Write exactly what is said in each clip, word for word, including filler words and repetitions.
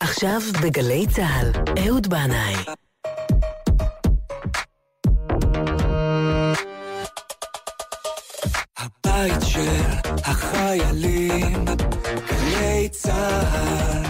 עכשיו בגלי צהל, אהוד בנאי. הבית של החיילים, גלי צהל.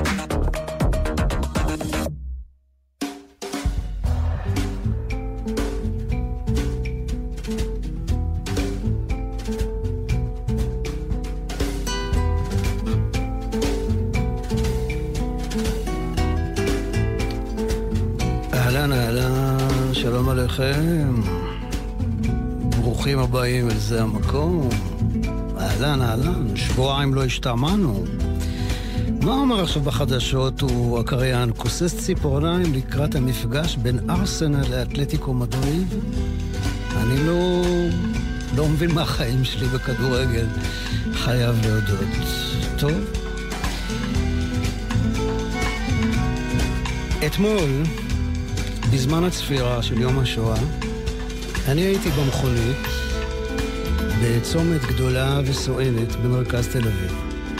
אהלן, אהלן, שלום עליכם. ברוכים הבאים אל זה המקום. אהלן, אהלן, שבועיים לא השתעמנו. מה אומר עכשיו בחדשות? הוא הקריין כוסס ציפורניים לקראת המפגש בין ארסנל לאתלטיקו מדריד? אני לא, לא מבין מה החיים שלי בכדורגל, חייב להודות. טוב. אתמול, בזמן הצפירה של יום השואה, אני הייתי במכונית בצומת גדולה וסואנת במרכז תל אביב.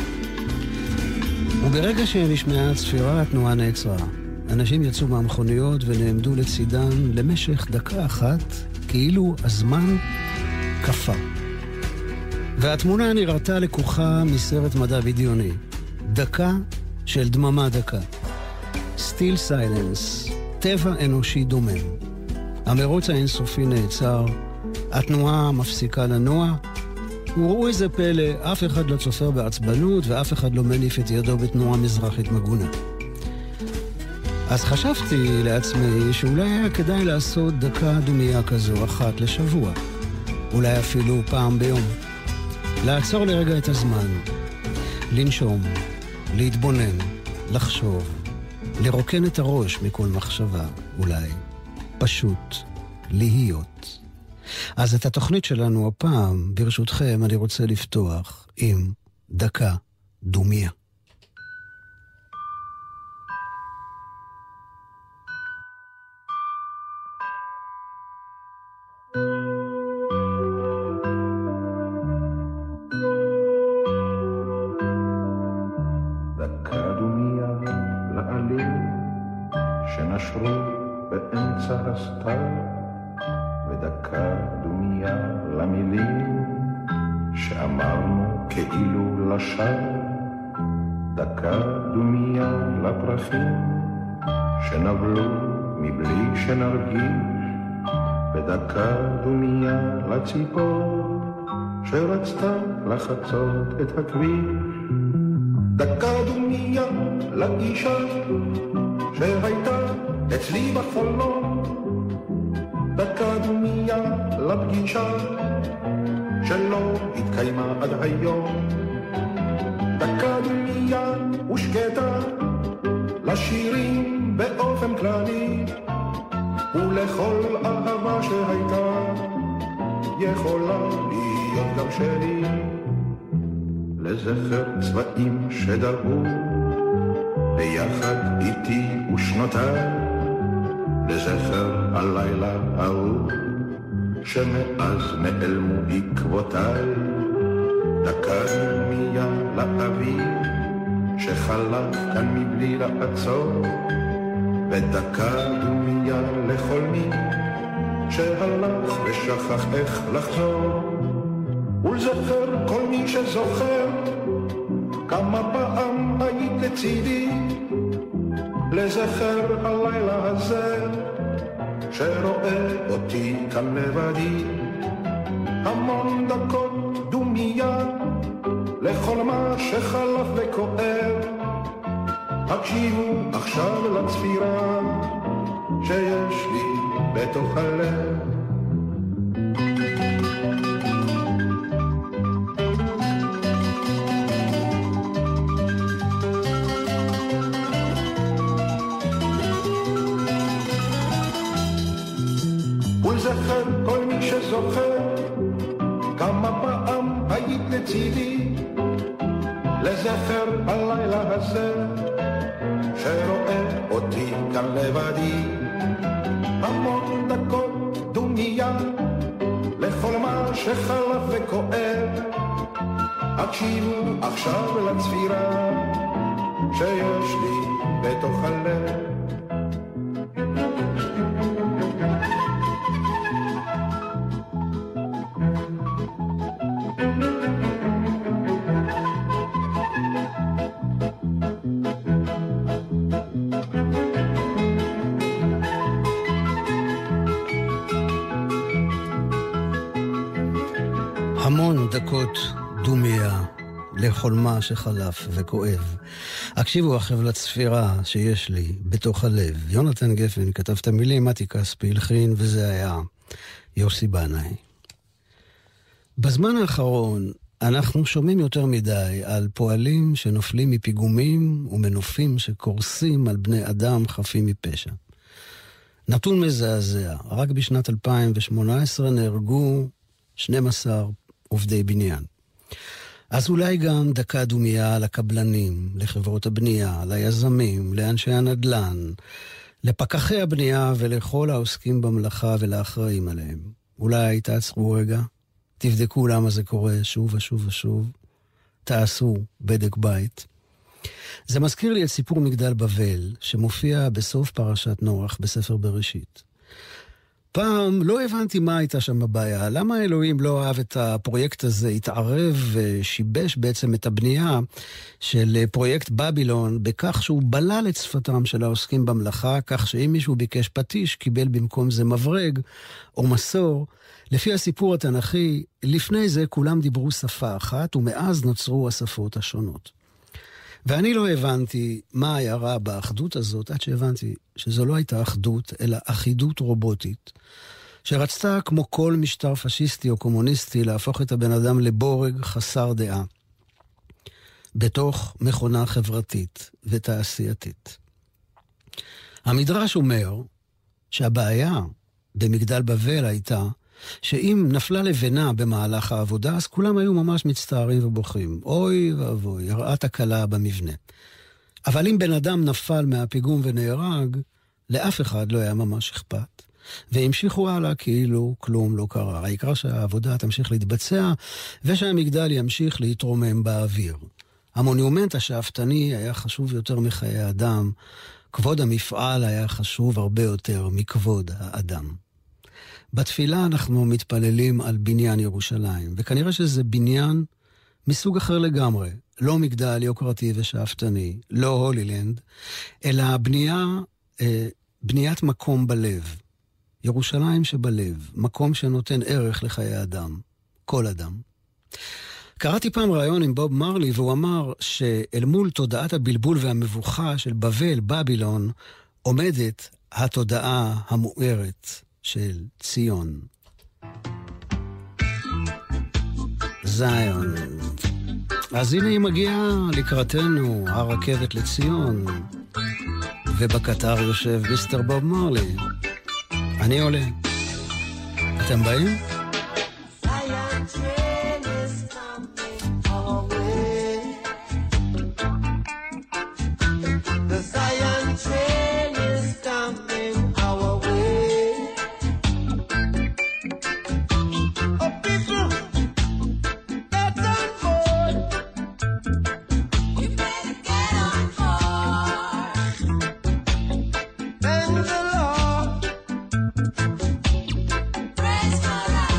וברגע שנשמעה הצפירה, התנועה נעצרה. אנשים יצאו מהמכוניות ונעמדו לצידן למשך דקה אחת, כאילו הזמן קפא. והתמונה נראתה לקוחה מסרט מדע בדיוני. דקה של דממה דקה. Still silence. טבע אנושי דומם. המרוץ האינסופי נעצר, התנועה מפסיקה לנוע, וראו איזה פלא, אף אחד לא צופר בעצבנות ואף אחד לא מניף את ידו בתנועה מזרחית מגונה. אז חשבתי לעצמי שאולי היה כדאי לעשות דקה דומייה כזו אחת לשבוע, אולי אפילו פעם ביום. לעצור לרגע את הזמן, לנשום, להתבונן, לחשוב, לרוקן את הראש מכל מחשבה, אולי. פשוט להיות. אז את התוכנית שלנו הפעם, ברשותכם, אני רוצה לפתוח עם דקה דומיה. דקה דומיה לעלים שנשרו באמצע הסתר, ודקה דומיה למילים שאמרנו כאילו לשם, דקה דומיה לפרחים שנבלו מבלי שנרגיש, ודקה דומיה לציפור שרצתה לחצות את הכביש, דקה דומיה לאישה שהייתה אצלי בחלום, דקה דומיה לפגישה שלא התקיימה עד היום, דקה דומיה ושקטה לשירים באופן כללי ולכל אהבה שהייתה יכולה להיות גם שלי, לזכר צבעים שדרו ביחד איתי ושנותיי, לזכר הלילה ההוא שמאז נעלמו עקבותיי, דקה דומיה לאביב שחלף כאן מבלי לעצור, ודקה דומיה לכל מי שהלך ושכח איך לחזור, ולזכר כל מי שזוכר כמה פעם היית לצידי, לזכר הלילה הזה שרואה אותי כאן לבדי, המון דקות דומיה לכל מה שחלף וכואב, הקשיבו עכשיו לצפירה שיש לי בתוך הלב. ולזכר כל מי שזוכר כמה פעם היית לצידי, לזכר הלילה הזה שרואה אותי כאן לבדי, המון דקות דומיה לכל מה שחלף וכואב, הקשיבו עכשיו לצפירה שיש לי בתוך הלב. המון דקות דומיה לחולמה שחלף וכואב. הקשיבו עכשיו לצפירה שיש לי בתוך הלב. יונתן גפן כתב את המילים, מתי כספי הלחין, וזה היה יוסי בנאי. בזמן האחרון אנחנו שומעים יותר מדי על פועלים שנופלים מפיגומים ומנופים שקורסים על בני אדם חפים מפשע. נתון מזעזע, רק בשנת אלפיים ושמונה עשרה נהרגו שנים עשר עובדי בניין. אז אולי גם דקה דומיה לקבלנים, לחברות הבנייה, ליזמים, לאנשי הנדל"ן, לפקחי הבנייה ולכל העוסקים במלאכה ולאחראים עליהם. אולי תעצרו רגע, תבדקו למה זה קורה שוב ושוב ושוב, תעשו בדק בית. זה מזכיר לי את סיפור מגדל בבל, שמופיע בסוף פרשת נוח בספר בראשית. פעם לא הבנתי מה הייתה שם הבעיה, למה אלוהים לא אהב את הפרויקט הזה, התערב ושיבש בעצם את הבנייה של פרויקט בבילון, בכך שהוא בלל את שפתם של העוסקים במלאכה, כך שאם מישהו ביקש פטיש, קיבל במקום זה מברג או מסור. לפי הסיפור התנ"כי, לפני זה כולם דיברו שפה אחת, ומאז נוצרו השפות השונות. ואני לא הבנתי מה היה רע באחדות הזאת, עד שהבנתי שזו לא הייתה אחדות, אלא אחידות רובוטית, שרצתה כמו כל משטר פשיסטי או קומוניסטי להפוך את הבן אדם לבורג חסר דעה, בתוך מכונה חברתית ותעשייתית. המדרש אומר שהבעיה במגדל בבל הייתה שאם נפלה לבנה במהלך העבודה, אז כולם היו ממש מצטערים ובוכים. אוי ואבוי, הראה תקלה במבנה. אבל אם בן אדם נפל מהפיגום ונהרג, לאף אחד לא היה ממש אכפת. והמשיכו הלאה כאילו כלום לא קרה. העיקר שהעבודה תמשיך להתבצע, ושהמגדל ימשיך להתרומם באוויר. המונומנט השאפתני היה חשוב יותר מחיי האדם. כבוד המפעל היה חשוב הרבה יותר מכבוד האדם. בתפילה אנחנו מתפללים על בניין ירושלים, וכנראה שזה בניין מסוג אחר לגמרי, לא מגדל יוקרתי ושאפתני, לא הולילנד, אלא בנייה, אה, בניית מקום בלב. ירושלים שבלב, מקום שנותן ערך לחיי אדם, כל אדם. קראתי פעם רעיון עם בוב מרלי, והוא אמר שאל מול תודעת הבלבול והמבוכה של בבל, בבילון, עומדת התודעה המוארת של ציון. זיון. אז הנה היא מגיעה לקראתנו, הרכבת לציון, ובקטר יושב מיסטר בוב מרלי. אני עולה. אתם באים? Praise God.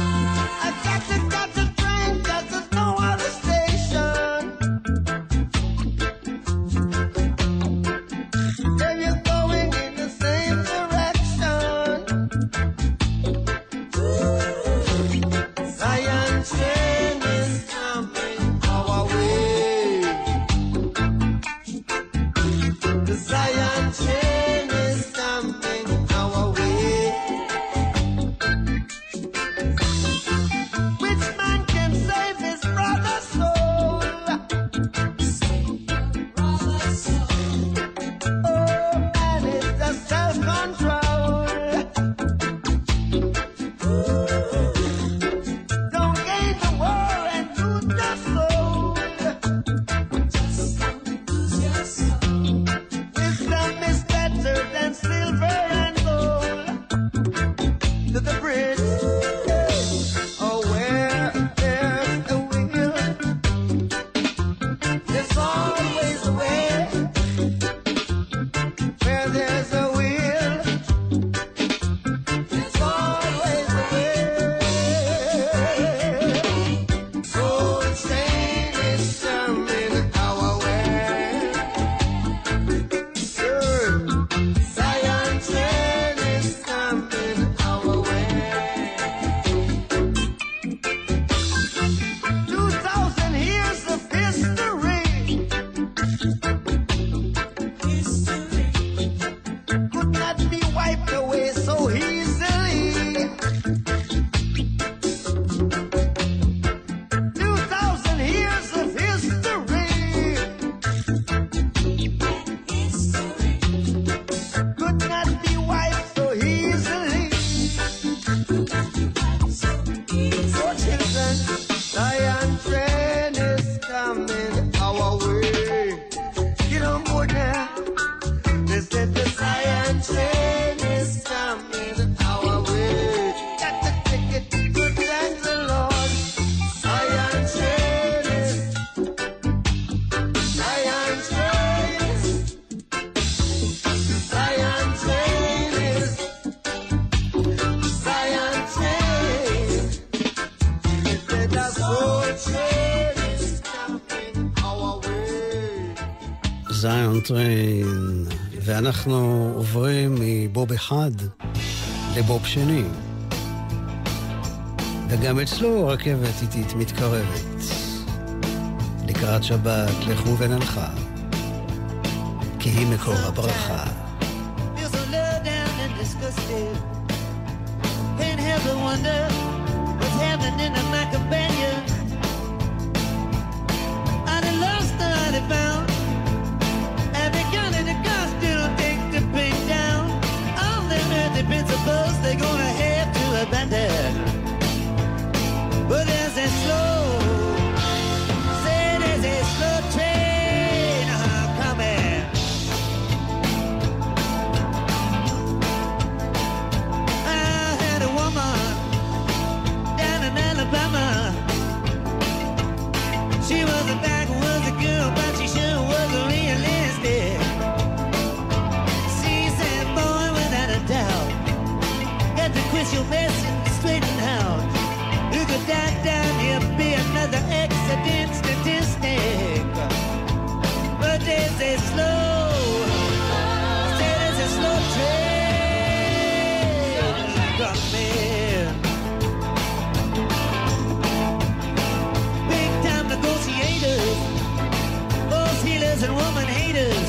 said the Zion train is coming our way. Got the ticket, good thank the Lord. Zion train is, Zion train is, Zion train is, Zion train. He said the soul train is coming our way. זיון טריין, ואנחנו עוברים מבוב אחד לבוב שני, וגם אצלו רכבת איטית מתקרבת לקראת שבת. לכו ונלכה, כי היא מקור הברכה. Feel so low down and disgusted. Can't help but wonder what's happening to my companion. I'd have lost her, I'd have found. Every gun in the car still take the pain down. All them earthly principles they're gonna have to abandon. But there's a slow, say there's a slow train uh, coming. I had a woman down in Alabama. She was a backwoods girl, but she sure was realistic. She said, boy, without a doubt, got to quit your mess and straighten out. You could die down here, be another accident statistic. But there's a slow, say there's a slow train coming. Big time negotiators, both healers and woman haters,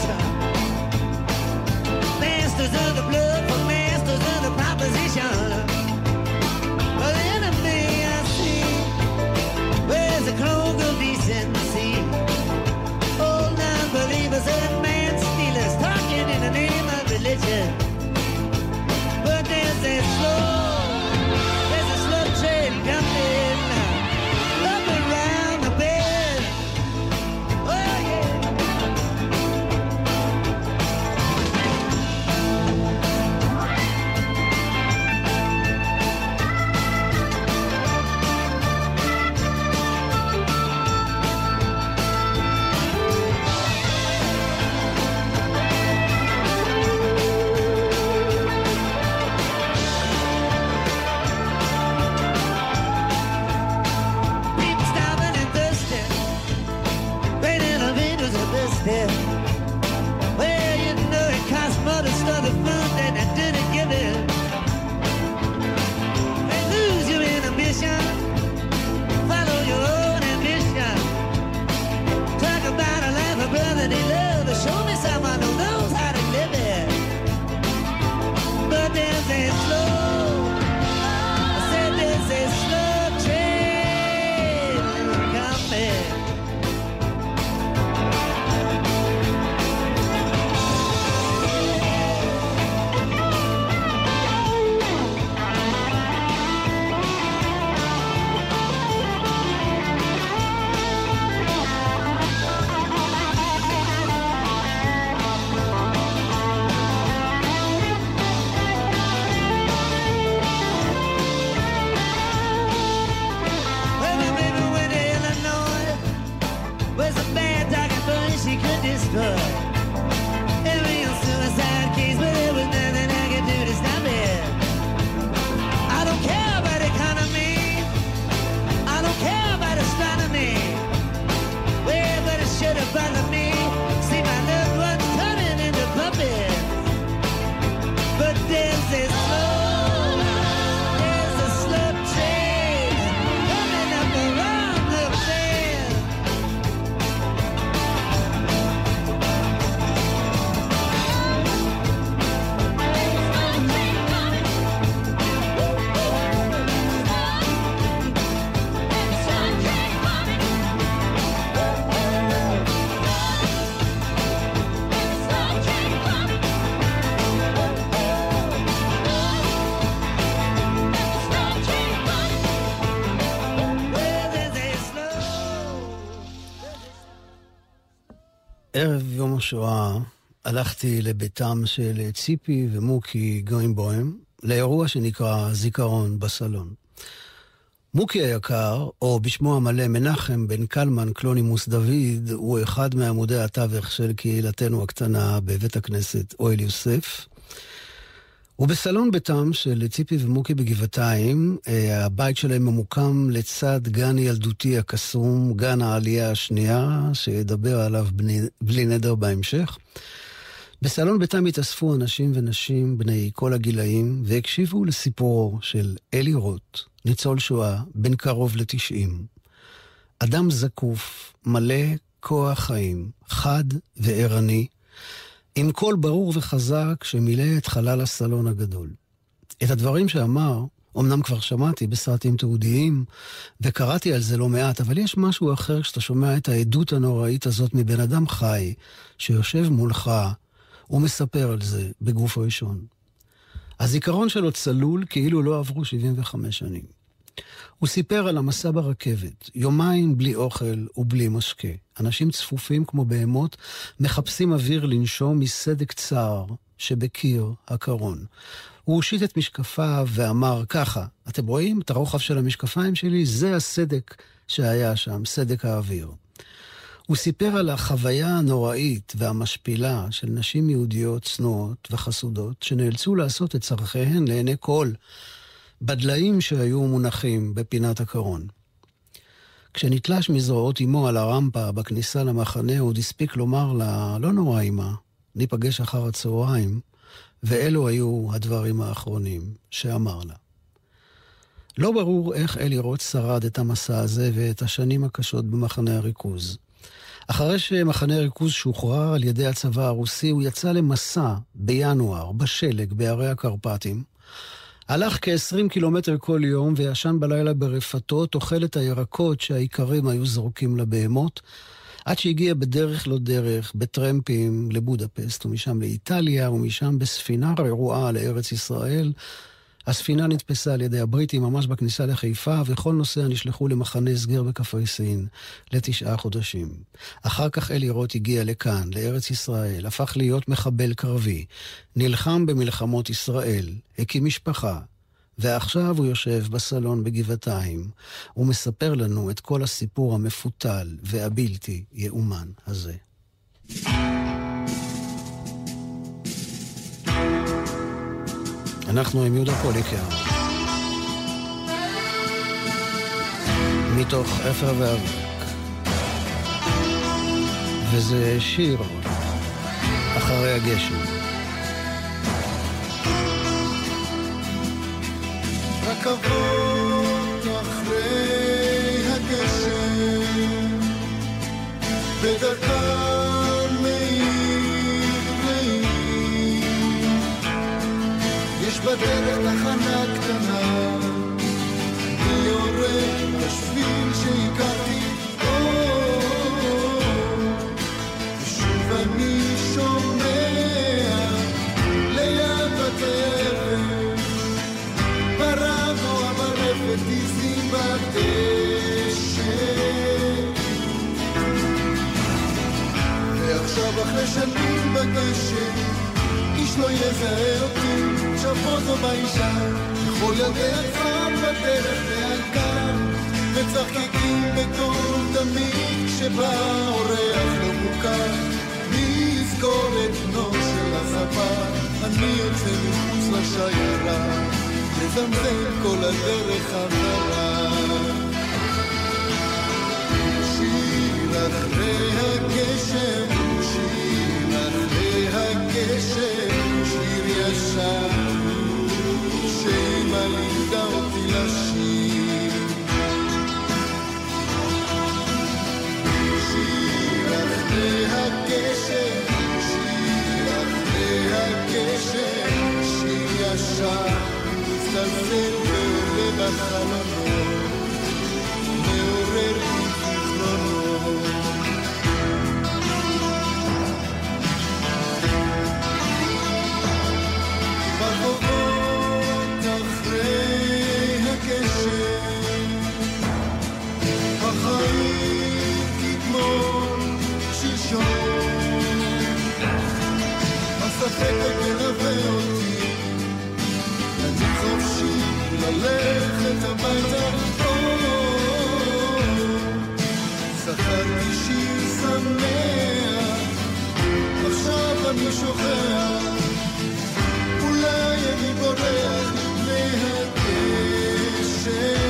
masters of the blood for masters of the proposition. Well, the enemy I see wears a cloak of decency. Old non-believers and man-stealers talking in the name of religion. But there's a slow, there's a slow train coming up around the bend. Oh yeah. People starving and thirsty, painting the windows of this day. Well, you know it costs more to store the food than they didn't give it. They lose your inhibition, follow your own ambition. Talk about a life of brotherly love, show me someone who knows how to live it. But there's a slow, I said there's a slow train coming. Well, my baby went to Illinois, where's a bad talking boy she could destroy. A real suicide case, but there was nothing I could do to stop it. I don't care about economy, I don't care about astronomy. Well, but it should have bothered me. See my loved ones turning into puppets. But there's a slow, there's a slow train coming up around the bend. Well, there's a slow. ערב יום השואה הלכתי לביתם של ציפי ומוקי גוינבוים, לאירוע שנקרא זיכרון בסלון. מוקי היקר, או בשמו המלא מנחם בן קלמן קלונימוס דוד, הוא אחד מעמודי התווך של קהילתנו הקטנה בבית הכנסת אוהל יוסף. ובסלון ביתם של ציפי ומוקי בגבעתיים, הבית שלהם ממוקם לצד גן ילדותי הקסום, גן העלייה השנייה, שידבר עליו בני, בלי נדר בהמשך. בסלון ביתם התאספו אנשים ונשים בני כל הגילאים, והקשיבו לסיפורו של אלי רוט, ניצול שואה, בן קרוב לתשעים. אדם זקוף, מלא כוח חיים, חד וערני, עם קול ברור וחזק שמילא את חלל הסלון הגדול. את הדברים שאמר, אמנם כבר שמעתי בסרטים תיעודיים, וקראתי על זה לא מעט, אבל יש משהו אחר כשאתה שומע את העדות הנוראית הזאת מבן אדם חי, שיושב מולך, ומספר על זה בגוף ראשון. הזיכרון שלו צלול כאילו לא עברו שבעים וחמש שנים. הוא סיפר על המסע ברכבת, יומיים בלי אוכל ובלי משקה. אנשים צפופים כמו בהמות מחפשים אוויר לנשום מסדק צר שבקיר הקרון. הוא הושיט את משקפיו ואמר ככה, אתם רואים את הרוחב של המשקפיים שלי? זה הסדק שהיה שם, סדק האוויר. הוא סיפר על החוויה הנוראית והמשפילה של נשים יהודיות צנועות וחסודות שנאלצו לעשות את צרכיהן לעיני כל בדליים שהיו מונחים בפינת הקרון. כשנתלש מזרועות אמו על הרמפה בכניסה למחנה, הוא הספיק לומר לה, לא נורא אמא, ניפגש אחר הצהריים, ואלו היו הדברים האחרונים שאמר לה. לא ברור איך אלי רוט שרד את המסע הזה ואת השנים הקשות במחנה הריכוז. אחרי שמחנה הריכוז שוחרר על ידי הצבא הרוסי, הוא יצא למסע בינואר, בשלג, בערי הקרפטים. הלך כ-עשרים קילומטר כל יום וישן בלילה ברפתות, אוכל את הירקות שהעיקרים היו זרוקים לבהמות, עד שהגיע בדרך לא דרך, בטרמפים לבודפסט, ומשם לאיטליה, ומשם בספינה רעועה לארץ ישראל. הספינה נתפסה על ידי הבריטים ממש בכניסה לחיפה, וכל נוסע נשלחו למחנה סגר בקפריסין לתשעה חודשים. אחר כך אלי רוט הגיע לכאן, לארץ ישראל, הפך להיות מחבל קרבי, נלחם במלחמות ישראל, הקים משפחה, ועכשיו הוא יושב בסלון בגבעתיים, ומספר לנו את כל הסיפור המפותל והבלתי יאומן הזה. אנחנו עם יהודה פוליקר, מתוך אפר ואבק, וזה שיר אחרי הגשם. רכבות אחרי הגשם, בדרכן מאיר לעיר, יש בדרך תחנה קטנה, אני יורד בשביל שהכרתי, ושוב אני שומע ליד בטרם, ברבו הברפת איזים בדשא, ועכשיו אחרי שנים בגשם, איש לא יזהה אותי, שפות או באישה, כל ילדי עצמם בדרך להלקה, וצחקיקים בטוב תמיד, כשבא אורח לא מוכר, מי יזכור את בנו של הספה, אני יוצא מחוץ לשיירה, לזמזם כל הדרך חזרה. שיר אחרי הגשם, שיר אחרי הגשם, שיר ישר, שאמא לימדה אותי לשיר. שיר אחרי הגשם, שיר אחרי הגשם, שיר ישר, מצטלצל ועולה בחלונות, מעורר בי זיכרונות. ברחובות אחרי הגשם, החיים כתמול שלשום, תשחק ותלווה אותי, אני חופשי ללכת הביתה. שחקתי שיר שמח, עכשיו אני שוכח, אולי אני בורח לפני הגשם.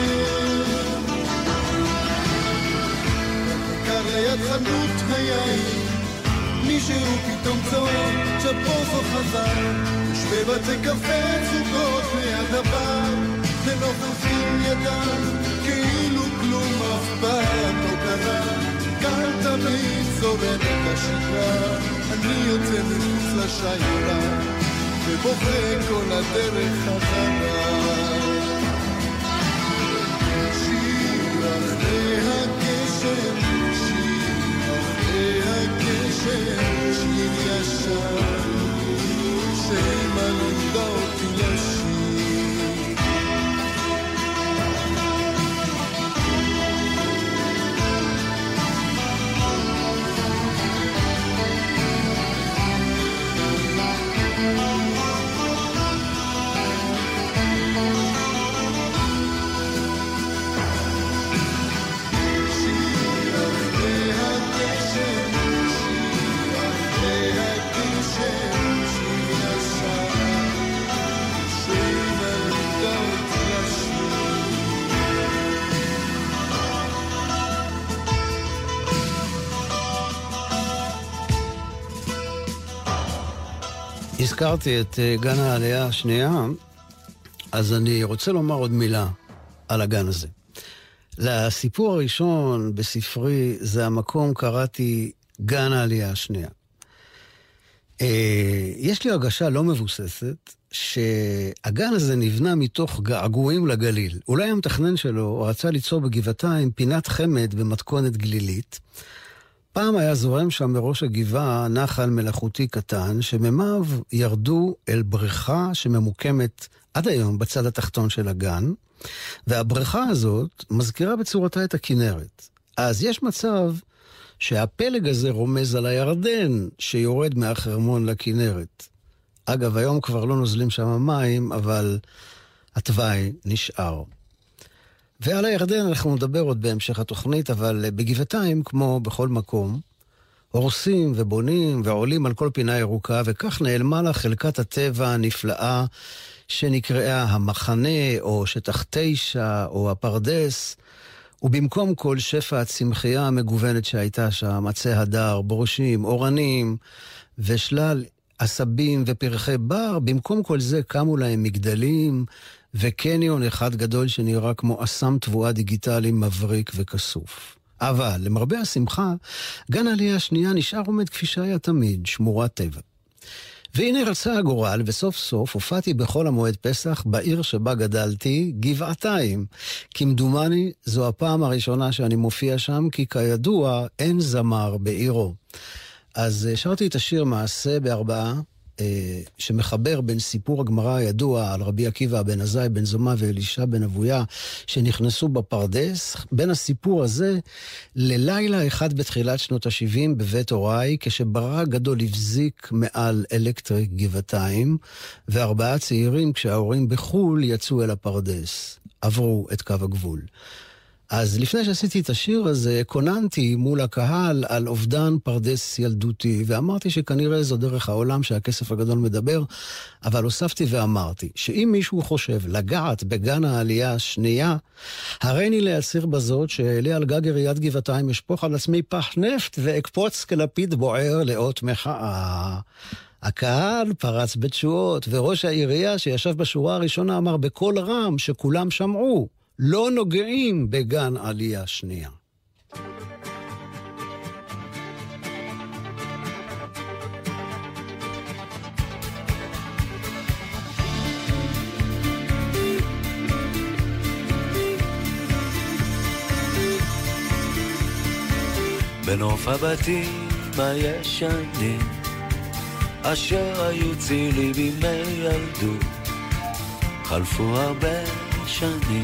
בכיכר ליד חנות היין, מישהו פתאום צועק, צ'פוזו חזר, בבתי קפה צוקות ליד הבר, ונופפים ידם כאילו כלום אף פעם לא קרה. כאן תמיד זורמת השקרה, אני יוצא מחוץ לשיירה ובוכה כל הדרך חזרה. שיר אחרי הגשם, שיר אחרי הגשם, שיר ישר שאימא לימדה אותי לשיר. הזכרתי את גן העלייה השנייה, אז אני רוצה לומר עוד מילה על הגן הזה. לסיפור הראשון בספרי, זה המקום קראתי גן העלייה השנייה. יש לי הרגשה לא מבוססת, שהגן הזה נבנה מתוך געגועים לגליל. אולי המתכנן שלו רצה ליצור בגבעתיים פינת חמד במתכונת גלילית. פעם היה זורם שם מראש הגבעה נחל מלאכותי קטן, שממיו ירדו אל בריכה שממוקמת עד היום בצד התחתון של הגן, והבריכה הזאת מזכירה בצורתה את הכנרת. אז יש מצב שהפלג הזה רומז על הירדן שיורד מהחרמון לכנרת. אגב, היום כבר לא נוזלים שם מים, אבל התוואי נשאר. ועל הירדן אנחנו נדבר עוד בהמשך התוכנית, אבל בגבעתיים, כמו בכל מקום, הורסים ובונים ועולים על כל פינה ירוקה, וכך נעלמה לה חלקת הטבע הנפלאה שנקראה המחנה, או שטח תשע, או הפרדס, ובמקום כל שפע הצמחייה המגוונת שהייתה שם, עצי הדר, בורשים, אורנים, ושלל עשבים ופרחי בר, במקום כל זה קמו להם מגדלים, וקניון אחד גדול שנראה כמו אסם תבואה דיגיטלי מבריק וכסוף. אבל למרבה השמחה, גן העלייה השנייה נשאר עומד כפי שהיה תמיד, שמורת טבע. והנה רצה הגורל, וסוף סוף הופעתי בחול המועד פסח בעיר שבה גדלתי, גבעתיים. כמדומני זו הפעם הראשונה שאני מופיע שם, כי כידוע אין זמר בעירו. אז שרתי את השיר מעשה בארבעה, שמחבר בין סיפור הגמרא הידוע על רבי עקיבא בן עזאי בן זומא ואלישע בן אבויה שנכנסו בפרדס, בין הסיפור הזה ללילה אחד בתחילת שנות ה-שבעים בבית הוריי, כשברק גדול הבזיק מעל אלקטריק גבעתיים, וארבעה צעירים כשההורים בחול יצאו אל הפרדס, עברו את קו הגבול. אז לפני שעשיתי את השיר הזה, קוננתי מול הקהל על אובדן פרדס ילדותי, ואמרתי שכנראה זו דרך העולם שהכסף הגדול מדבר, אבל הוספתי ואמרתי, שאם מישהו חושב לגעת בגן העלייה השנייה, הריני להצהיר בזאת שאעלה על גג עיריית גבעתיים, אשפוך על עצמי פח נפט ואקפוץ כלפיד בוער לאות מחאה. הקהל פרץ בתשואות, וראש העירייה שישב בשורה הראשונה אמר בקול רם שכולם שמעו, לא נוגעים בגן עלייה שנייה. בנוף הבתים הישנים אשר היו צילי בימי ילדות, חלפו הרבה שנים,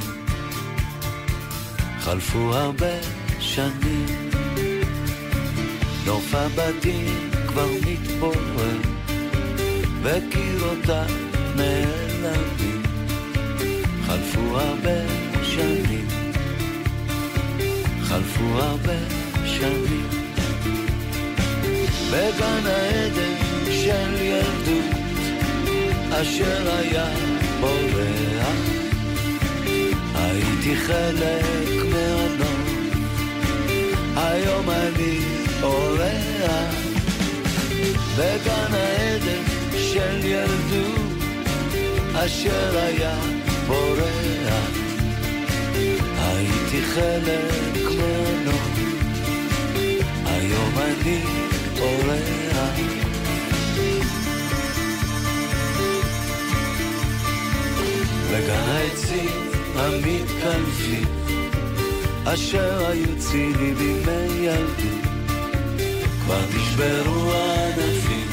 חלפו הרבה שנים, נוף הבתים כבר מתפורר, וקירותיי נעלמים. חלפו הרבה שנים, חלפו הרבה שנים, בגן העדן של ילדות אשר היה בורח, הייתי חלק מהנוף, היום אני אורח. בגן העדן של ילדות אשר היה בורח, הייתי חלק מהנוף, היום אני אורח. בגן העצים המתקלפים אשר היו צילי בימי ילדות, כבר נשברו הענפים,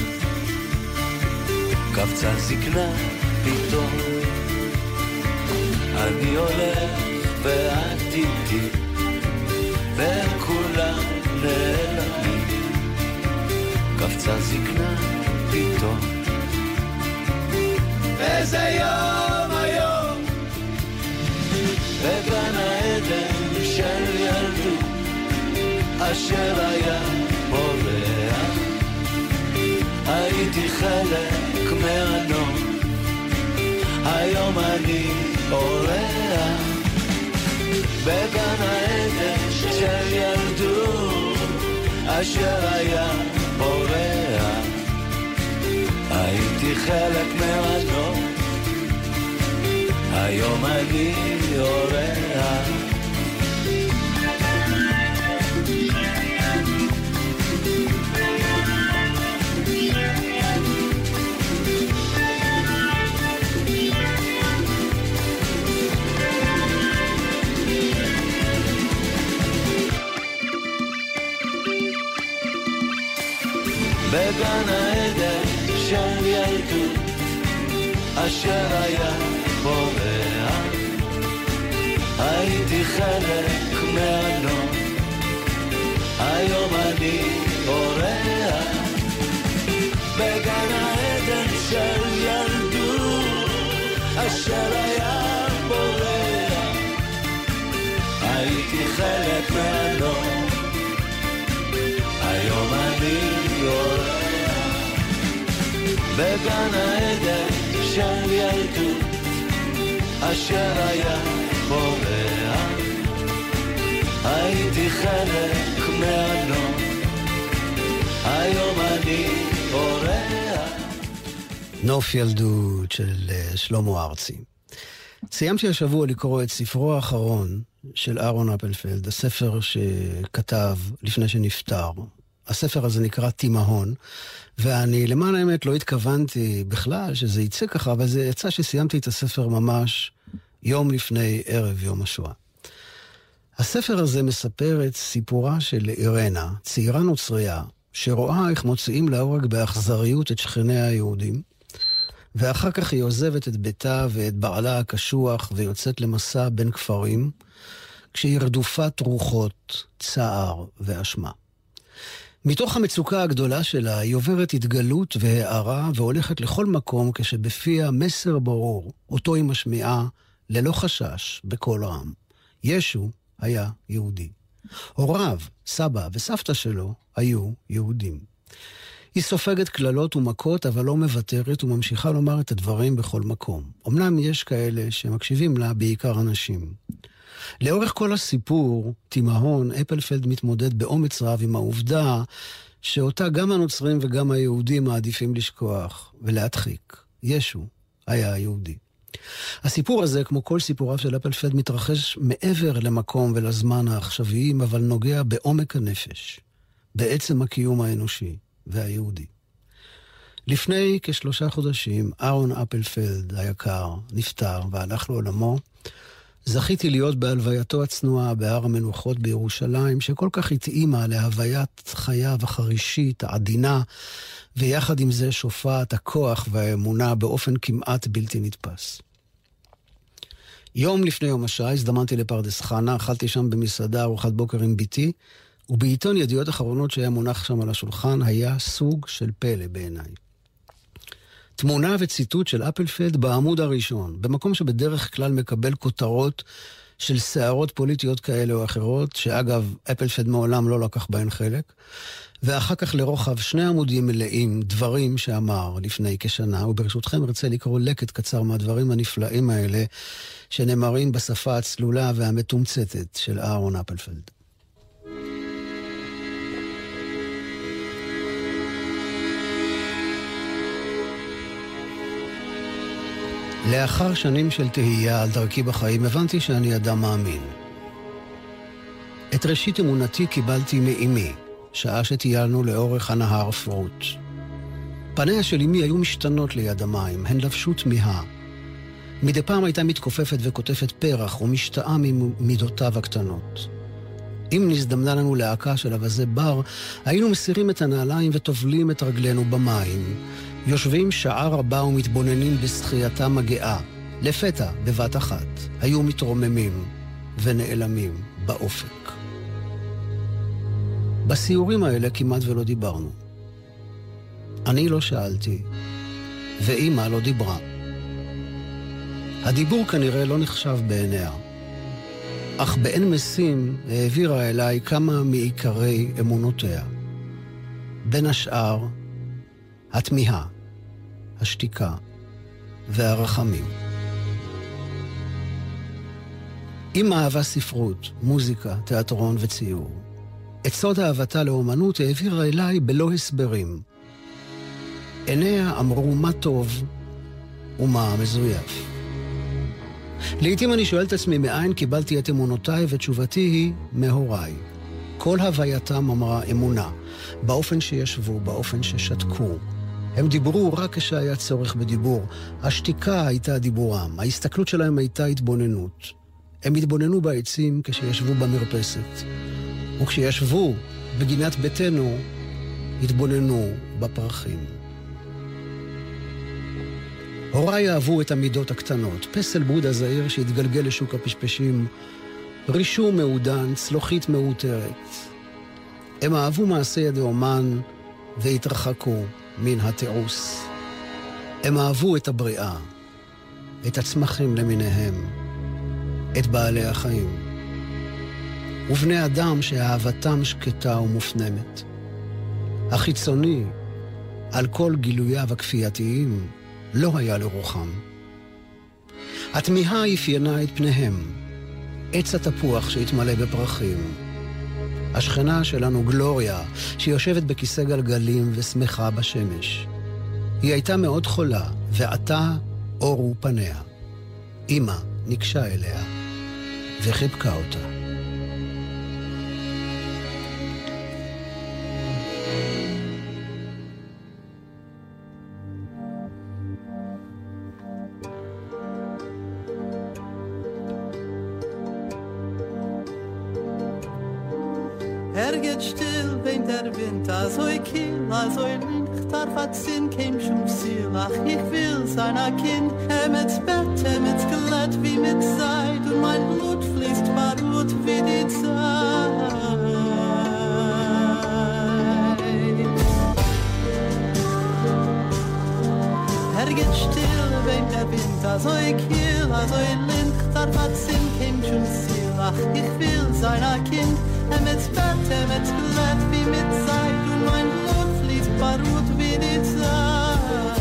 קפצה זקנה פתאום, אני הולך ואת איתי, וכולם נעלמים, קפצה זקנה פתאום. איזה יום היום בגן העדן של ילדות אשר היה בורח, הייתי חלק מהנוף, היום אני אורח. בגן העדן של ילדות אשר היה בורח, הייתי חלק מהנוף, היום אני אורח. בגן העדן של ילדות אשר היה בורח, הייתי חלק מהנוף, היום אני אורח. בגן העדן של ילדות אשר היה בורח, הייתי חלק מהנוף, היום אני אורח. בגן העדן של ילדות אשר היה בורח, הייתי חלק מהנוף, היום אני אורח. נוף ילדות של שלמה ארצי. סיימתי השבוע לקרוא את ספרו האחרון של אהרון אפלפלד, הספר שכתב לפני שנפטר. הספר הזה נקרא תימהון, ואני למען האמת לא התכוונתי בכלל שזה יצא ככה, אבל זה יצא שסיימתי את הספר ממש יום לפני ערב יום השואה. הספר הזה מספר את סיפורה של אירנה, צעירה נוצריה, שרואה איך מוציאים להורג באכזריות את שכניה היהודים, ואחר כך היא עוזבת את ביתה ואת בעלה הקשוח ויוצאת למסע בין כפרים, כשהיא רדופת רוחות, צער ואשמה. מתוך המצוקה הגדולה שלה היא עוברת התגלות והערה והולכת לכל מקום כשבפיה מסר ברור, אותו היא משמיעה ללא חשש בכל רם. ישו היה יהודי. הוריו, סבא וסבתא שלו היו יהודים. היא סופגת כללות ומכות אבל לא מוותרת וממשיכה לומר את הדברים בכל מקום. אמנם יש כאלה שמקשיבים לה בעיקר אנשים. לאורך כל הסיפור, תימהון, אפלפלד מתמודד באומץ רב עם העובדה שאותה גם הנוצרים וגם היהודים מעדיפים לשכוח ולהדחיק. ישו היה יהודי. הסיפור הזה, כמו כל סיפוריו של אפלפלד, מתרחש מעבר למקום ולזמן העכשוויים, אבל נוגע בעומק הנפש, בעצם הקיום האנושי והיהודי. לפני כשלושה חודשים, אהרון אפלפלד היקר נפטר והלך לעולמו. זכיתי להיות בהלווייתו הצנועה בהר המנוחות בירושלים, שכל כך התאימה להוויית חייו החרישית, העדינה, ויחד עם זה שופעת הכוח והאמונה באופן כמעט בלתי נתפס. יום לפני יום השעה הזדמנתי לפרדס חנה, אכלתי שם במסעדה ארוחת בוקר עם ביתי, ובעיתון ידיעות אחרונות שהיה מונח שם על השולחן היה סוג של פלא בעיניי. תמונה וציטוט של אפלפלד בעמוד הראשון, במקום שבדרך כלל מקבל כותרות של שערות פוליטיות כאלה או אחרות, שאגב, אפלפלד מעולם לא לקח בהן חלק, ואחר כך לרוחב שני עמודים מלאים דברים שאמר לפני כשנה, וברשותכם ארצה לקרוא לקט קצר מהדברים הנפלאים האלה, שנאמרים בשפה הצלולה והמתומצתת של אהרון אפלפלד. לאחר שנים של תהייה על דרכי בחיים, הבנתי שאני אדם מאמין. את ראשית אמונתי קיבלתי מאמי, שעה שטיילנו לאורך הנהר פרוט. פניה של אמי היו משתנות ליד המים, הן לבשו תמיהה. מדי פעם הייתה מתכופפת וכותפת פרח ומשתאה ממידותיו הקטנות. אם נזדמנה לנו להקה של אבזי בר, היינו מסירים את הנעליים וטובלים את רגלינו במים. יושבים שעה רבה ומתבוננים בשחייתה מגעה. לפתע, בבת אחת, היו מתרוממים ונעלמים באופק. בסיורים האלה כמעט ולא דיברנו. אני לא שאלתי, ואמא לא דיברה. הדיבור כנראה לא נחשב בעיניה. אך באין משים העבירה אליי כמה מעיקרי אמונותיה. בין השאר, התמיהה, השתיקה והרחמים. אמא אהבה ספרות, מוזיקה, תיאטרון וציור. את סוד אהבתה לאומנות העבירה אליי בלא הסברים. עיניה אמרו מה טוב ומה מזויף. לעתים אני שואל את עצמי מאין קיבלתי את אמונותיי, ותשובתי היא מהוריי. כל הווייתם אמרה אמונה, באופן שישבו, באופן ששתקו. הם דיברו רק כשהיה צורך בדיבור. השתיקה הייתה דיבורם, ההסתכלות שלהם הייתה התבוננות. הם התבוננו בעצים כשישבו במרפסת, וכשישבו בגינת ביתנו, התבוננו בפרחים. הוריי אהבו את המידות הקטנות, פסל בודה זעיר שהתגלגל לשוק הפשפשים, רישום מעודן, צלוחית מאותרת. הם אהבו מעשה ידי אומן והתרחקו מן התיעוש. הם אהבו את הבריאה, את הצמחים למיניהם, את בעלי החיים, ובני אדם שאהבתם שקטה ומופנמת. החיצוני, על כל גילוייו הכפייתיים, לא היה לרוחם. התמיהה אפיינה את פניהם, עץ התפוח שהתמלא בפרחים. השכנה שלנו גלוריה, שיושבת בכיסא גלגלים ושמחה בשמש. היא הייתה מאוד חולה, ועתה אורו פניה. אמא נקשה אליה וחיבקה אותה. Geht still, wenn der Wind so kiel, so licht, darf hat Sinn, käm schon viel. Ach, ich will seiner Kind, er mit Bett, er mit Skelett wie mit Seid, und mein Blut fließt barut wie die Zeit. Er geht still, wenn der Wind so kiel, so licht, darf hat Sinn, käm schon viel. Ach, ich will seiner Kind, er mit Bett, er mit Skelett wie mit Seid, und mein Blut fließt barut wie die Zeit.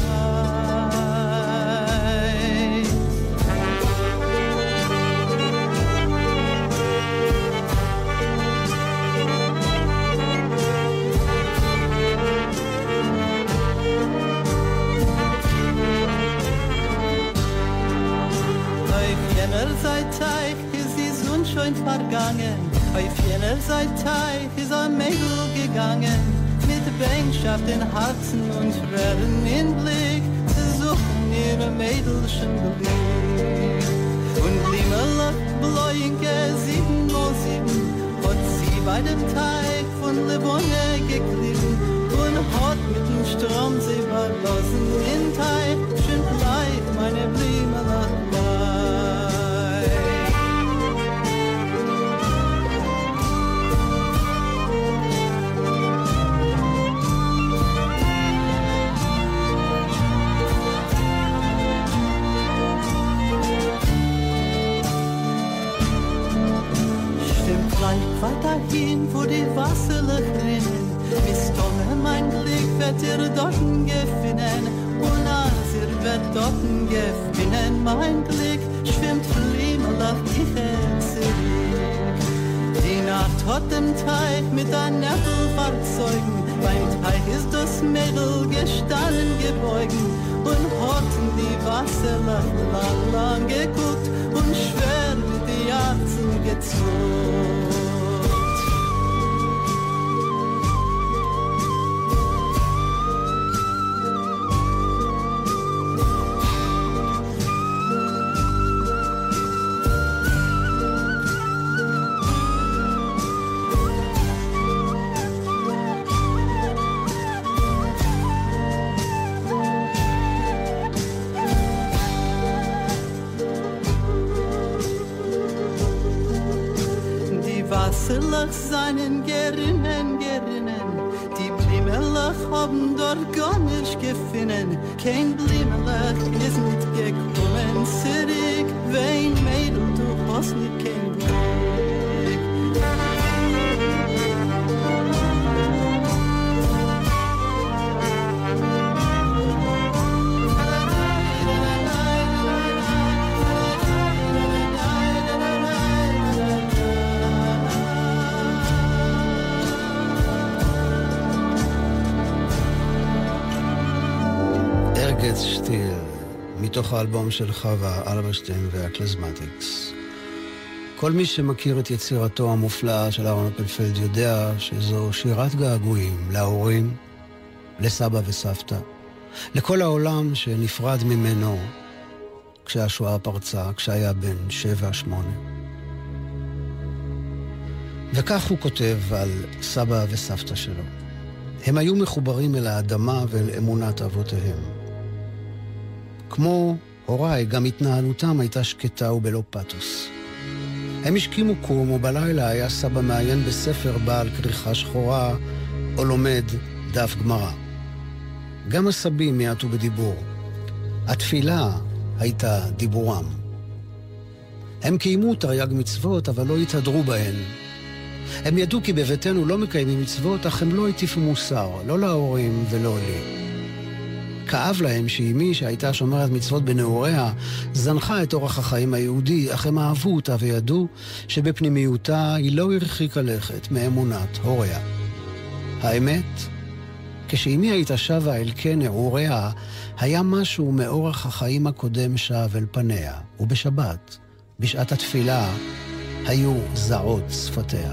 Auf jener Seite ist die Sonne schon vergangen, auf jener Seite ist ein Mädel gegangen, mit Bänkschaft in Herzen und Tränen in Blick, zu suchen ihre Mädelchen Blick. Und Limmerlach bläuige sieben oh sieben, hat sie bei dem Teig von Lebonne geglitten und hat mit dem Strom sie verlassen in Teig, schön bleib meine Limmerlach ich war dahin, wo die Wasserlöch rinnen. Bis Tomme mein Glück wird ihr dorten gefinnen. Und als ihr wird dorten gefinnen, mein Glück schwimmt flimmerlich ich zurück. Die Nacht hat dem Teich mit ein Nettel verzeugen. Beim Teich ist das Mädel gestanden gebeugen. Und hatten die Wasserlöch lang, lang geguckt. Und schwer mit die Herzen gezuckt. Wasserlach seinen gerinnen, gerinnen. Die Blimmelach haben dort gar nicht gefunden. Kein Blimmelach ist nicht gekommen zurück. Wein Mädel, du hast nicht kein Glück. ארגץ שטיל, מתוך האלבום של חווה אלברשטיין והקלזמטיקס. כל מי שמכיר את יצירתו המופלאה של אהרון אפלפלד יודע שזו שירת געגועים להורים, לסבא וסבתא, לכל העולם שנפרד ממנו כשהשואה פרצה, כשהיה בן שבע שמונה. וכך הוא כותב על סבא וסבתא שלו. הם היו מחוברים אל האדמה ואל אמונת אבותיהם. כמו הוריי, גם התנהלותם הייתה שקטה ובלא פתוס. הם השכימו קום, ובלילה היה סבא מעיין בספר בעל כריכה שחורה, או לומד דף גמרא. גם הסבים מיעטו בדיבור. התפילה הייתה דיבורם. הם קיימו תרי"ג מצוות, אבל לא התהדרו בהן. הם ידעו כי בביתנו לא מקיימים מצוות, אך הם לא הטיפו מוסר, לא להורים ולא לי. כאב להם שאימי, שהייתה שומרת מצוות בנעוריה, זנחה את אורח החיים היהודי, אך הם אהבו אותה וידעו שבפנימיותה היא לא הרחיקה לכת מאמונת הוריה. האמת, כשאימי הייתה שבה אל כן נעוריה, היה משהו מאורח החיים הקודם שב אל פניה, ובשבת, בשעת התפילה, היו זעות שפתיה.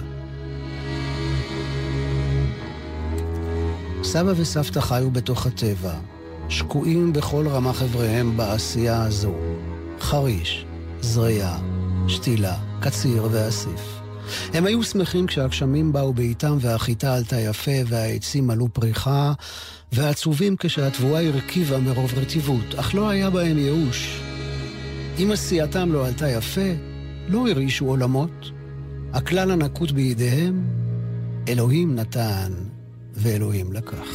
סבא וסבתא חיו בתוך הטבע, שקועים בכל רמה חבריהם בעשייה הזו. חריש, זריעה, שתילה, קציר ואסיף. הם היו שמחים כשהגשמים באו בעיתם והחיטה עלתה יפה והעצים עלו פריחה, ועצובים כשהתבואה הרכיבה מרוב רטיבות, אך לא היה בהם ייאוש. אם עשייתם לא עלתה יפה, לא הרעישו עולמות. הכלל הנקוט בידיהם, אלוהים נתן ואלוהים לקח.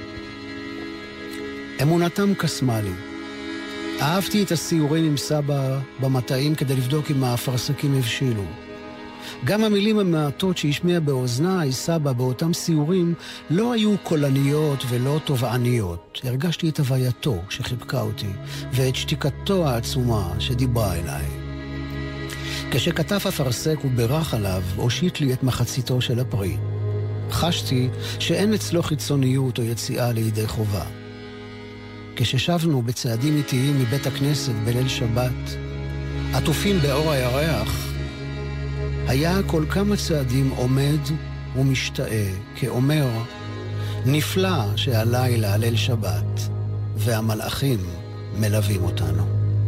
אמונתם קסמה לי. אהבתי את הסיורים עם סבא במטעים כדי לבדוק אם האפרסקים הבשילו. גם המילים המעטות שהשמיע באוזניי סבא באותם סיורים לא היו קולניות ולא תובעניות. הרגשתי את הווייתו שחיבקה אותי ואת שתיקתו העצומה שדיברה אליי. כשכתב אפרסק וברח עליו, הושיט לי את מחציתו של הפרי. חשתי שאין אצלו חיצוניות או יציאה לידי חובה. כששבנו בצעדים איטיים מבית הכנסת בליל שבת, עטופים באור הירח, היה כל כמה צעדים עומד ומשתאה, כאומר, נפלא שהלילה ליל שבת, והמלאכים מלווים אותנו.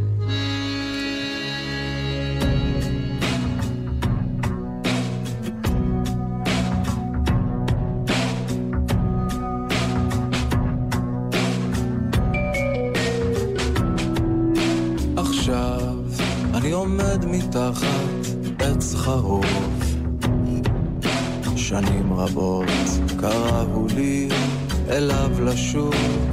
עומד מתחת עץ חרוב, שנים רבות קראו לי אליו לשוב.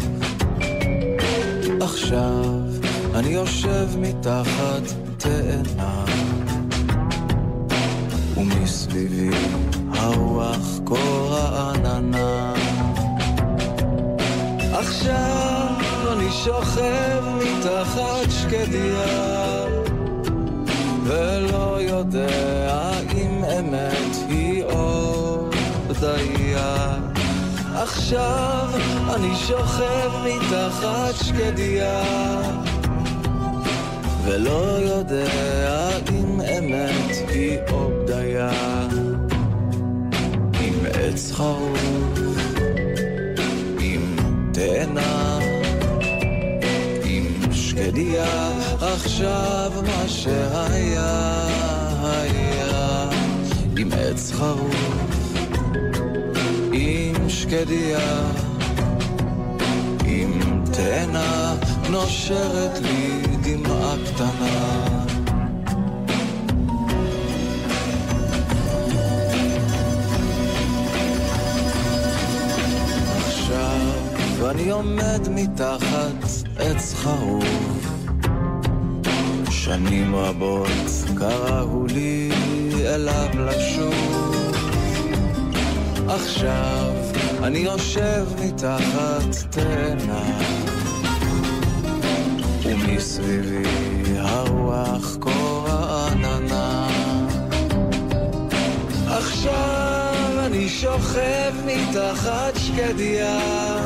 עכשיו אני יושב מתחת תאנה, ומסביבי הרוח כה רעננה. עכשיו אני שוכב מתחת שקדיה ולא יודע אם אמת היא או בדיה. עכשיו אני שוכב מתחת שקדיה ולא יודע אם אמת היא או בדיה. עם עץ חרוב, עם תאנה, עם שקדיה, עכשיו מה שהיה היה. עם עץ חרוב, עם שקדיה, עם תאנה, נושרת לי דמעה קטנה. עכשיו אני עומד מתחת עץ חרוב, שנים רבות קראו לי אליו לשוב. עכשיו אני יושב מתחת תאנה ומסביבי הרוח כה רעננה. עכשיו אני שוכב מתחת שקדיה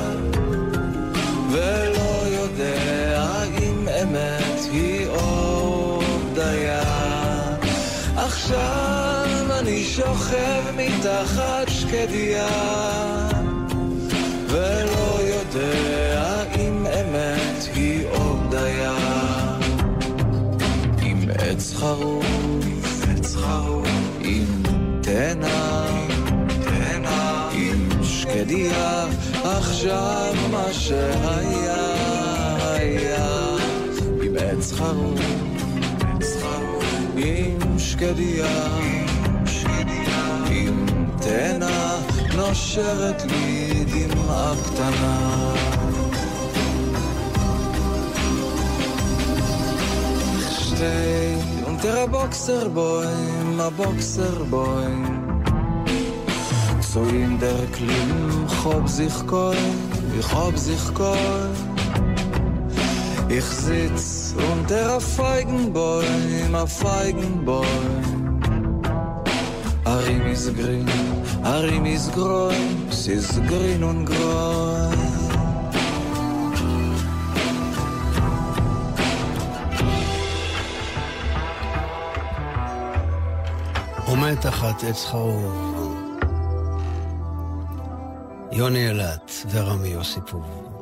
ולא יודע אם אמת היא או בדיה. עכשיו אני שוכב מתחת שקדיה ולא יודע אם אמת היא או בדיה. עם עץ חרוב, עץ חרוב, עם תאנה, תאנה, עם שקדיה, עכשיו מה שהיה היה. עם עץ חרוב, עץ חרוב, עם שקדיה, עם תאנה, נושרת לי דמעה קטנה. שתי unter Boxer Boy, a Boxer Boy, so in der Klim hob sich koi, ich hob sich koi. Ich sitz unter a Feigenbäum, a Feigenbäum. Arim is grün, Arim is grün, es ist grün und grün. עומד תחת עץ חרוב, יוני אלת ורמי יוסיפוב.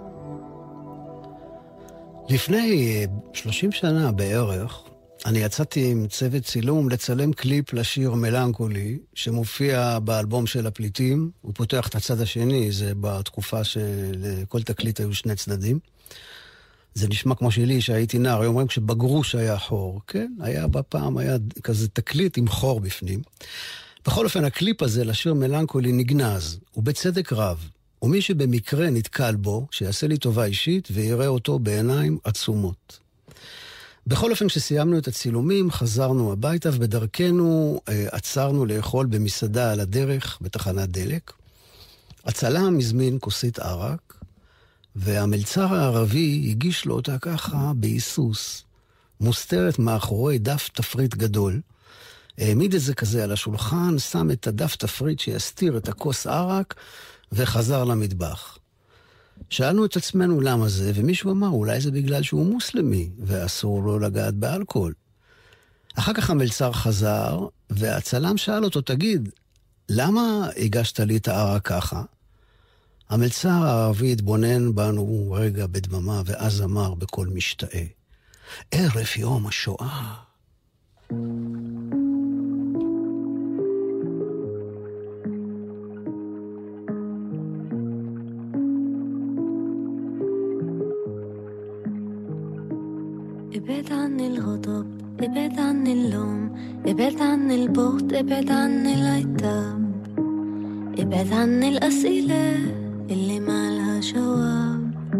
לפני שלושים שנה בערך, אני יצאתי עם צוות צילום לצלם קליפ לשיר מלנקולי, שמופיע באלבום של הפליטים. הוא פותח את הצד השני, זה בתקופה שלכל תקליט היו שני צדדים. זה נשמע כמו שלי שהייתי נער, היום אומרים כשבגרוש היה חור, כן? היה בפעם, היה כזה תקליט עם חור בפנים. בכל אופן, הקליפ הזה לשיר מלנקולי נגנז, ובצדק רב. ומי שבמקרה נתקל בו, שיעשה לי טובה אישית ויראה אותו בעיניים עצומות. בכל אופן, כשסיימנו את הצילומים, חזרנו הביתה, ובדרכנו אה, עצרנו לאכול במסעדה על הדרך, בתחנת דלק. הצלם הזמין כוסית ערק, והמלצר הערבי הגיש לו אותה ככה בהיסוס, מוסתרת מאחורי דף תפריט גדול. העמיד את זה כזה על השולחן, שם את הדף תפריט שיסתיר את הכוס ערק, וחזר למטבח. שאלנו את עצמנו למה זה, ומישהו אמר, אולי זה בגלל שהוא מוסלמי, ואסור לו לגעת באלכוהול. אחר כך המלצר חזר, והצלם שאל אותו, תגיד, למה הגשת לי את הערק ככה? המלצר הערבי התבונן בנו רגע בדממה, ואז אמר בקול משתאה, ערב יום השואה. ابعد عن الغضب ابعد عن اللوم ابعد عن البغض ابعد عن العتاب ابعد عن الأسئلة اللي ما لها جواب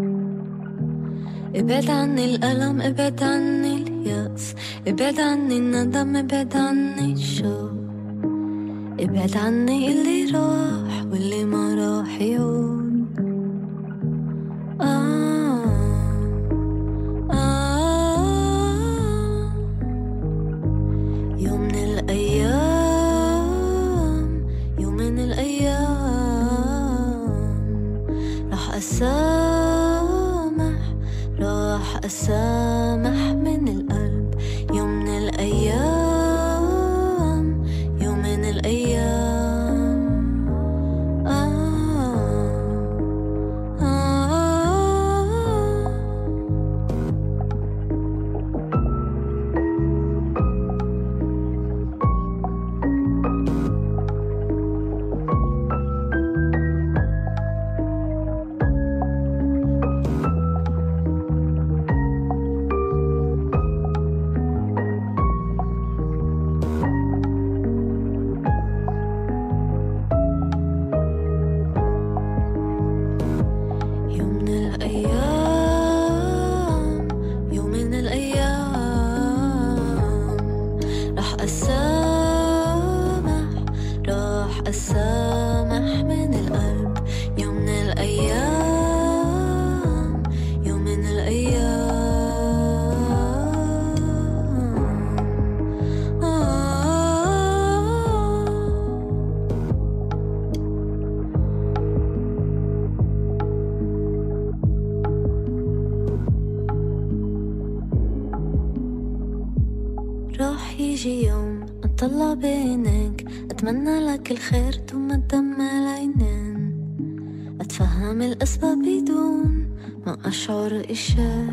ابعد عن الألم ابعد عن اليأس ابعد عن الندم ابعد عن الشوق ابعد عني اللي راح واللي ما راح يعود. آه آه يوم من الأيام يوم من الأيام راح أسامح راح أسامح من القلب. يوم من الأيام يوم من الأيام آه آه يجي يوم أطلع بينك أتمنى لك الخير ثم الدم العينين أتفهم الأسباب بدون ما أشعر إشي.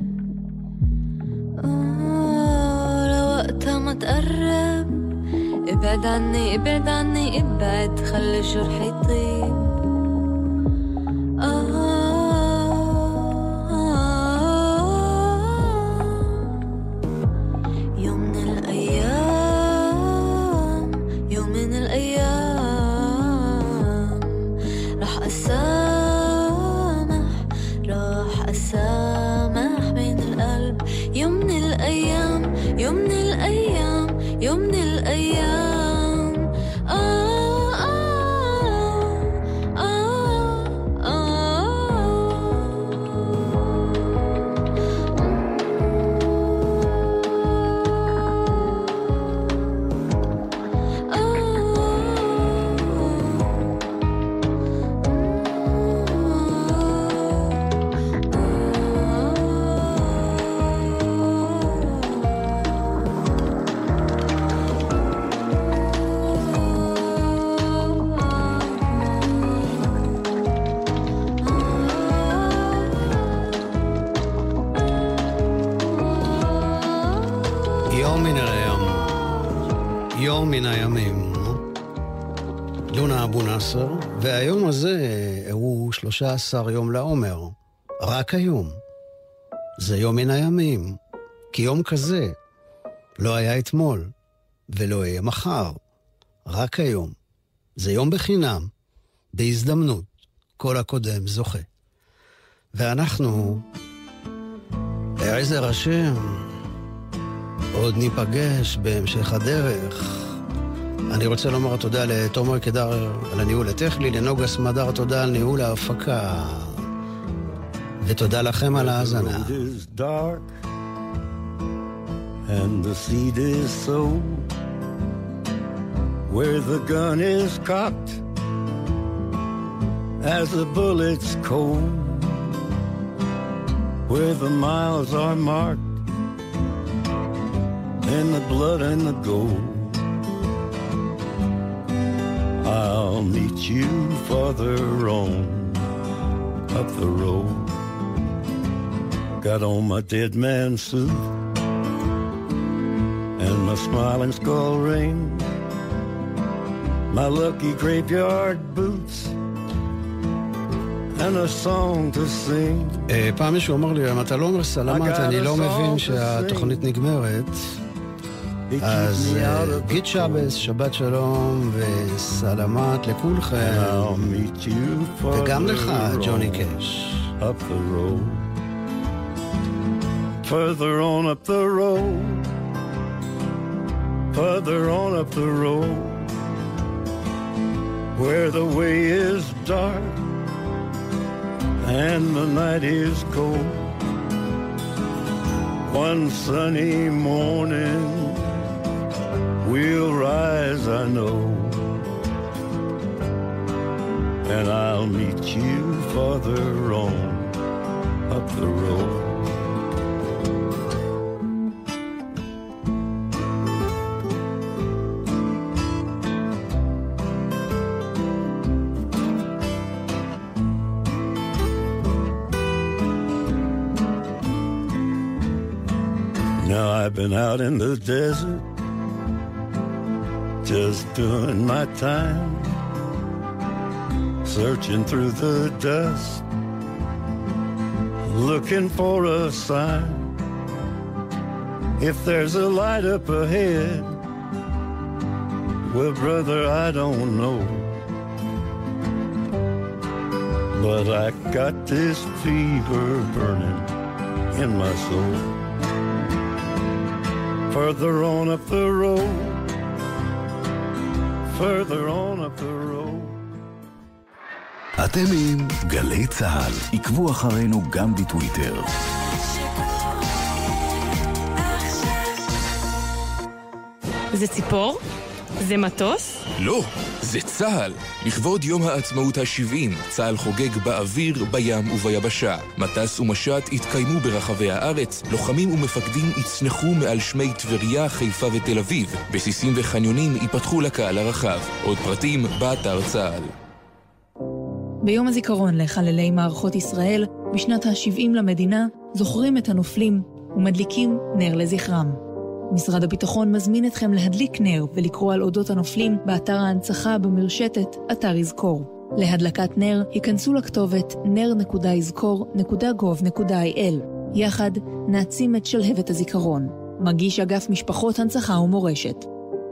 لوقتها ما تقرب ابعد عني ابعد عني ابعد خلي الجرح يطيب. آه يوم من الأيام يوم من الأيام آه آه آه יום מן הימים, לונה אבו נאסר, והיום הזה הוא שלושה עשר יום לעומר, רק היום. זה יום מן הימים, כי יום כזה לא היה אתמול, ולא יהיה מחר, רק היום. זה יום בחינם, בהזדמנות, כל הקודם זוכה. ואנחנו, עזר השם, עוד ניפגש בהמשך הדרך. אני רוצה לומר תודה לתומר קדר על הניהול הטכני, לנוגה סמדר תודה על ניהול ההפקה, ותודה לכם על ההאזנה. And the seed is sown where the gun is cocked as the bullets cold, where the miles are marked in the blood and the gold. I'll meet you farther on up the road. Got on my dead man suit and my smiling skull ring, my lucky graveyard boots and a song to sing. פעם מישהו אמר לי, אם אתה לא אומר סלמת, אני לא מבין שהתוכנית נגמרת. אז גיד שבס, שבת שלום וסלמת לכולכם, וגם לך ג'וני קש. Up the road, further on up the road, further on up the road, where the way is dark and the night is cold. One sunny morning we'll rise, I know, and I'll meet you farther on up the road. Now I've been out in the desert, just doing my time, searching through the dust, looking for a sign. If there's a light up ahead, well, brother, I don't know, but I got this fever burning in my soul. Further on up the road, further on up the road. אתם עם גלי צהל, עקבו אחרינו גם בטוויטר. זה ציפור? זה מטוס? לא, זה צהל. לכבוד יום העצמאות ה-שבעים, צהל חוגג באוויר, בים וביבשה. מטס ומשט התקיימו ברחבי הארץ, לוחמים ומפקדים יצנחו מעל שמי טבריה, חיפה ותל אביב. בסיסים וחניונים ייפתחו לקהל הרחב. עוד פרטים באתר צהל. ביום הזיכרון לחללי מערכות ישראל, בשנת ה-שבעים למדינה, זוכרים את הנופלים ומדליקים נר לזכרם. משרד הביטחון מזמין אתכם להדליק נר ולקרוא על אודות הנופלים באתר ההנצחה במרשתת אתר יזכור. להדלקת נר היכנסו לכתובת נר נקודה יזכור נקודה גוב נקודה איי אל. יחד נעצים את שלהבת הזיכרון. מגיש אגף משפחות הנצחה ומורשת.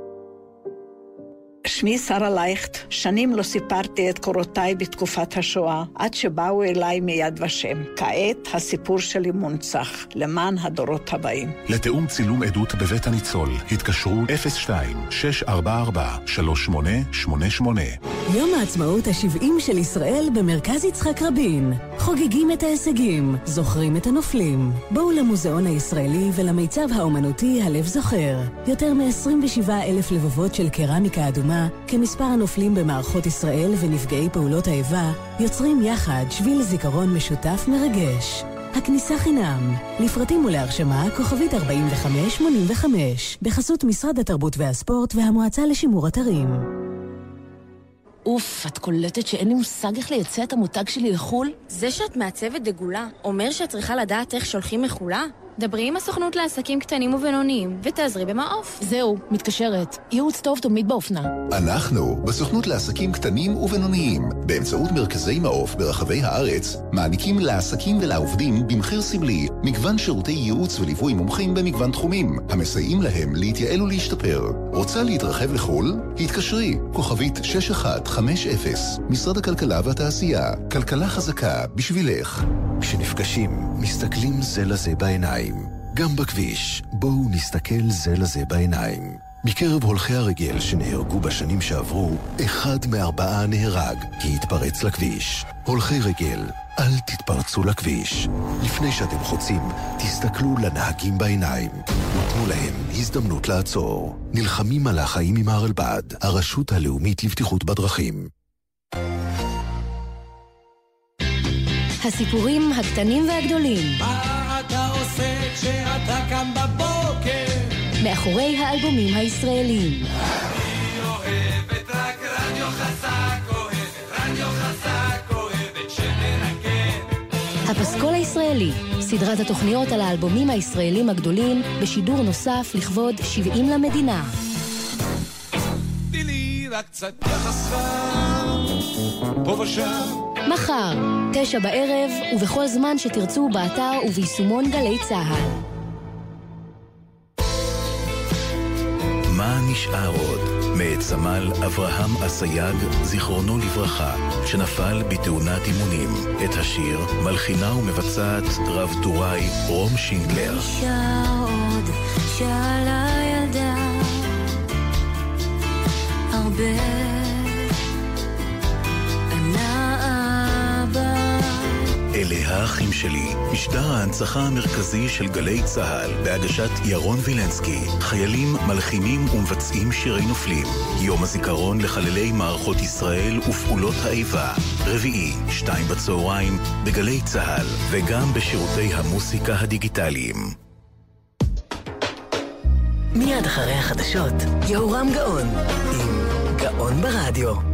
שמי שרה לייכט, שנים לא סיפרתי את קורותיי בתקופת השואה, עד שבאו אליי מיד ושם. כעת הסיפור שלי מונצח, למען הדורות הבאים. לתאום צילום עדות בבית הניצול, התקשרו אפס שתיים שש ארבע ארבע שלוש שמונה שמונה שמונה. יום העצמאות ה-שבעים של ישראל במרכז יצחק רבין. חוגגים את ההישגים, זוכרים את הנופלים. בואו למוזיאון הישראלי ולמיצב האומנותי הלב זוכר. יותר מ-עשרים ושבעה אלף לבבות של קרמיקה אדומה, כמספר הנופלים במערכות ישראל ונפגעי פעולות האיבה, יוצרים יחד שביל זיכרון משותף מרגש. הכניסה חינם. לפרטים ולהרשמה כוכבית ארבעים וחמש שמונים וחמש, בחסות משרד התרבות והספורט והמועצה לשימור אתרים. אוף, את קולטת שאין לי מושג איך לייצא את המותג שלי לחול? זה שאת מעצבת דגולה אומר שאת צריכה לדעת איך שולחים מחולה? דברי עם הסוכנות לעסקים קטנים ובינוניים ותעזרי במעוף. זהו, מתקשרת. ייעוץ טוב תמיד באופנה. אנחנו, בסוכנות לעסקים קטנים ובינוניים, באמצעות מרכזי מעוף ברחבי הארץ, מעניקים לעסקים ולעובדים במחיר סמלי מגוון שירותי ייעוץ וליווי מומחים במגוון תחומים, המסייעים להם להתייעל ולהשתפר. רוצה להתרחב לחול? התקשרי, כוכבית שש אחת חמש אפס, משרד הכלכלה והתעשייה, כלכלה חזקה בשבילך. כשנפגשים, מסתכלים זה לזה בעיניים. גם בכביש, בואו נסתכל זה לזה בעיניים. מקרב הולכי הרגל שנהרגו בשנים שעברו, אחד מארבעה נהרג כי התפרץ לכביש. הולכי רגל, אל תתפרצו לכביש. לפני שאתם חוצים, תסתכלו לנהגים בעיניים. ותנו להם הזדמנות לעצור. נלחמים על החיים עם הרלב"ד, הרשות הלאומית לבטיחות בדרכים. הסיפורים הקטנים והגדולים. מה אתה עושה כשאתה קם בבוקר? מאחורי האלבומים הישראלים. אני אוהבת רק רדיו חזק, אוהבת רדיו חזק, אוהבת שמנגן. הפסקול הישראלי, סדרת התוכניות על האלבומים הישראלים הגדולים, בשידור נוסף לכבוד שבעים למדינה. תני רק קצת יחסה, פה ושם. מחר, תשע בערב, ובכל זמן שתרצו באתר וביישומון גלי צהל. מה נשאר עוד? מאת סמל אברהם אסייג, זיכרונו לברכה, שנפל בתאונת אימונים. את השיר מלחינה ומבצעת רב טוראי רום שינגלר. נשאר עוד שעל הילדה הרבה אלה האחים שלי, משדר ההנצחה המרכזי של גלי צהל, בהגשת ירון וילנסקי, חיילים, מלחינים ומבצעים שירי נופלים. יום הזיכרון לחללי מערכות ישראל ופעולות האיבה, רביעי, שתיים בצהריים, בגלי צהל, וגם בשירותי המוסיקה הדיגיטליים. מיד אחרי החדשות, יהורם גאון, עם גאון ברדיו.